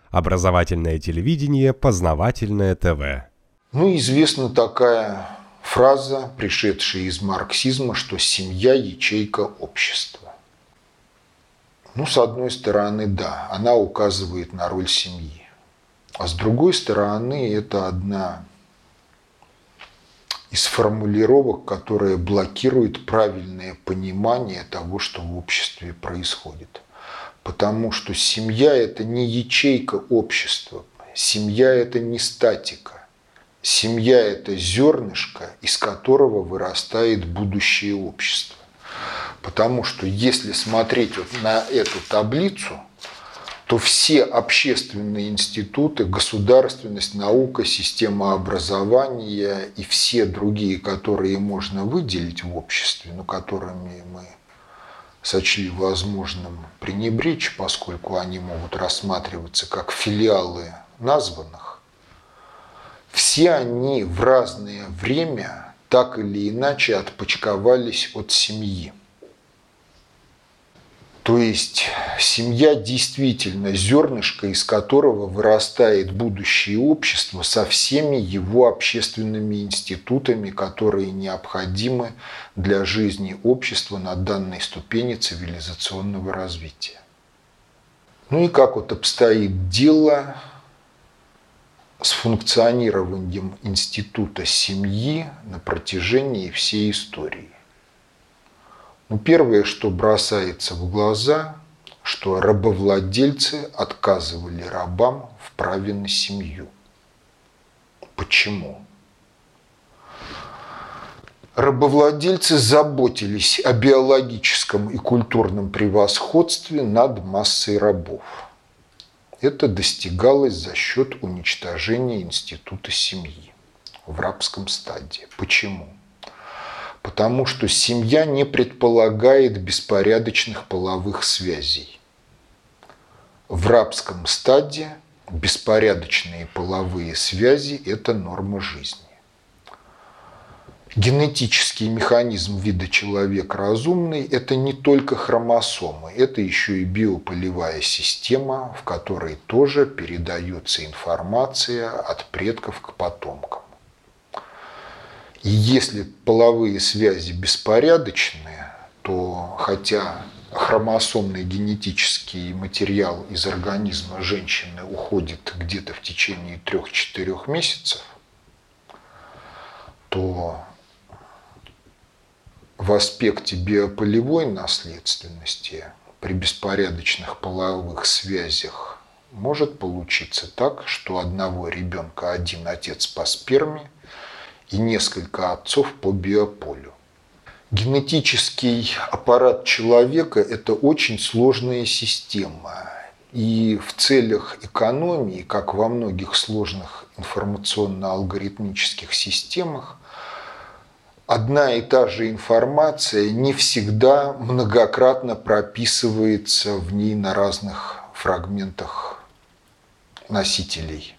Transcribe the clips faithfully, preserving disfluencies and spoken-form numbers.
Образовательное телевидение, познавательное ТВ. Ну, известна такая фраза, пришедшая из марксизма, что семья – ячейка общества. Ну, с одной стороны, да, она указывает на роль семьи. А с другой стороны, это одна из формулировок, которая блокирует правильное понимание того, что в обществе происходит. Потому что семья – это не ячейка общества, семья – это не статика. Семья – это зернышко, из которого вырастает будущее общество. Потому что если смотреть вот на эту таблицу, то все общественные институты, государственность, наука, система образования и все другие, которые можно выделить в обществе, но которыми мы сочли возможным пренебречь, поскольку они могут рассматриваться как филиалы названных, все они в разное время так или иначе отпочковались от семьи. То есть семья действительно зернышко, из которого вырастает будущее общество со всеми его общественными институтами, которые необходимы для жизни общества на данной ступени цивилизационного развития. Ну и как вот обстоит дело с функционированием института семьи на протяжении всей истории? Ну, первое, что бросается в глаза, что рабовладельцы отказывали рабам в праве на семью. Почему? Рабовладельцы заботились о биологическом и культурном превосходстве над массой рабов. Это достигалось за счет уничтожения института семьи в рабском стадии. Почему? Потому что семья не предполагает беспорядочных половых связей. В рабском стадии беспорядочные половые связи – это норма жизни. Генетический механизм вида человек разумный – это не только хромосомы, это еще и биополевая система, в которой тоже передается информация от предков к потомкам. И если половые связи беспорядочные, то хотя хромосомный генетический материал из организма женщины уходит где-то в течение трех-четырех месяцев, то в аспекте биополевой наследственности при беспорядочных половых связях может получиться так, что у одного ребенка один отец по сперме и несколько отцов по биополю. Генетический аппарат человека – это очень сложная система. И в целях экономии, как во многих сложных информационно-алгоритмических системах, одна и та же информация не всегда многократно прописывается в ней на разных фрагментах носителей.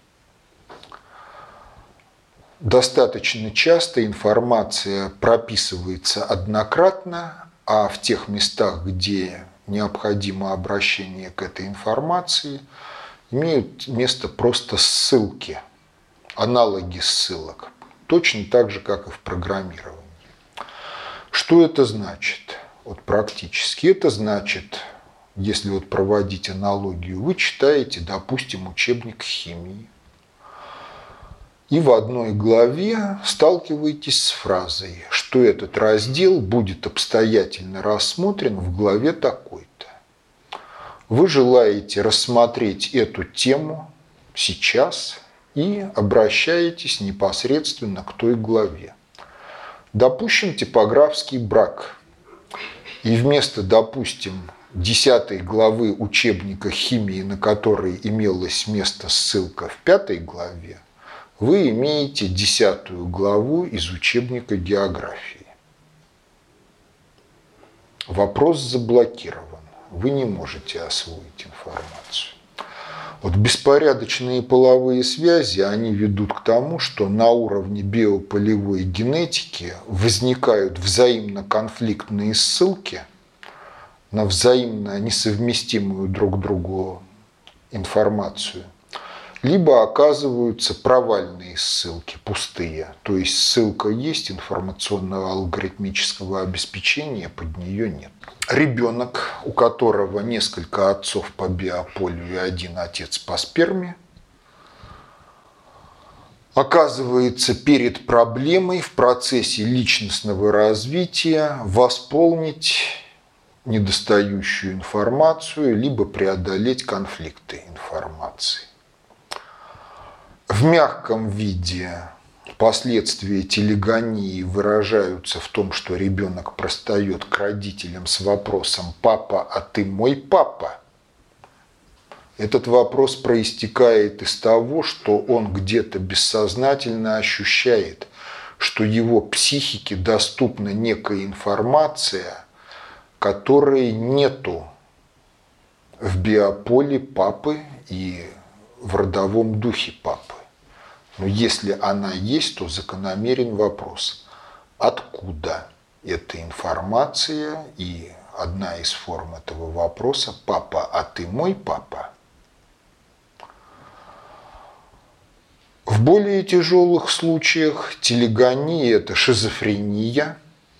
Достаточно часто информация прописывается однократно, а в тех местах, где необходимо обращение к этой информации, имеют место просто ссылки, аналоги ссылок, точно так же, как и в программировании. Что это значит? Вот практически это значит, если вот проводить аналогию, вы читаете, допустим, учебник химии, и в одной главе сталкиваетесь с фразой, что этот раздел будет обстоятельно рассмотрен в главе такой-то. Вы желаете рассмотреть эту тему сейчас и обращаетесь непосредственно к той главе. Допустим, типографский брак. И вместо, допустим, десятой главы учебника химии, на которой имелось место ссылка в пятой главе, вы имеете десятую главу из учебника географии. Вопрос заблокирован. Вы не можете освоить информацию. Вот беспорядочные половые связи, они ведут к тому, что на уровне биополевой генетики возникают взаимно конфликтные ссылки на взаимно несовместимую друг другу информацию – либо оказываются провальные ссылки, пустые. То есть ссылка есть, информационного алгоритмического обеспечения под нее нет. Ребенок, у которого несколько отцов по биополю и один отец по сперме, оказывается перед проблемой в процессе личностного развития восполнить недостающую информацию, либо преодолеть конфликты информации. В мягком виде последствия телегонии выражаются в том, что ребенок пристает к родителям с вопросом «Папа, а ты мой папа?». Этот вопрос проистекает из того, что он где-то бессознательно ощущает, что его психике доступна некая информация, которой нету в биополе папы и в родовом духе папы. Но если она есть, то закономерен вопрос, откуда эта информация, и одна из форм этого вопроса «Папа, а ты мой папа?». В более тяжелых случаях телегония – это шизофрения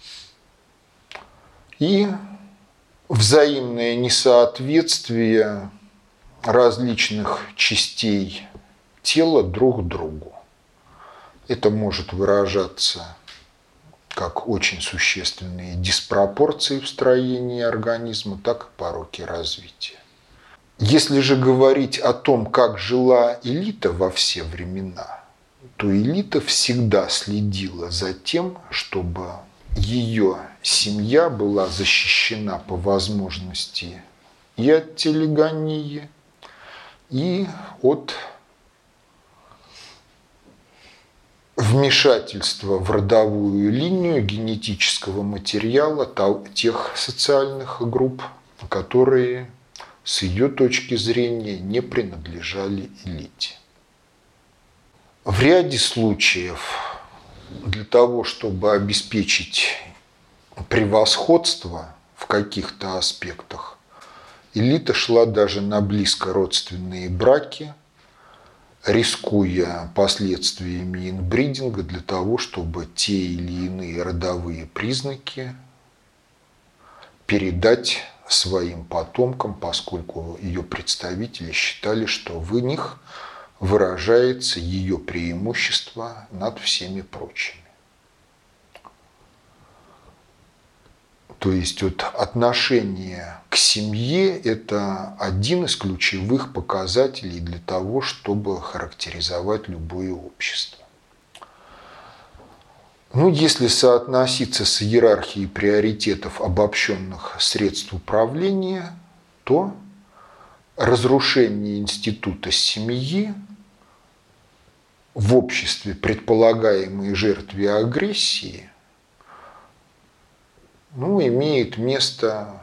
и взаимное несоответствие различных частей тела друг другу. Это может выражаться как очень существенные диспропорции в строении организма, так и пороки развития. Если же говорить о том, как жила элита во все времена, то элита всегда следила за тем, чтобы ее семья была защищена по возможности и от телегонии, и от вмешательства в родовую линию генетического материала тех социальных групп, которые с ее точки зрения не принадлежали элите. В ряде случаев для того, чтобы обеспечить превосходство в каких-то аспектах, элита шла даже на близкородственные браки, рискуя последствиями инбридинга для того, чтобы те или иные родовые признаки передать своим потомкам, поскольку ее представители считали, что в них выражается ее преимущество над всеми прочими. То есть вот отношение к семье – это один из ключевых показателей для того, чтобы характеризовать любое общество. Ну, если соотноситься с иерархией приоритетов обобщенных средств управления, то разрушение института семьи в обществе предполагаемой жертве агрессии ну, имеет место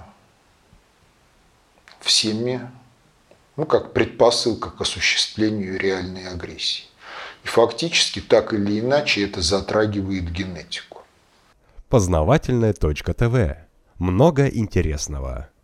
всеми, ну, как предпосылка к осуществлению реальной агрессии. И фактически, так или иначе, это затрагивает генетику. Познавательная точка ТВ. Много интересного.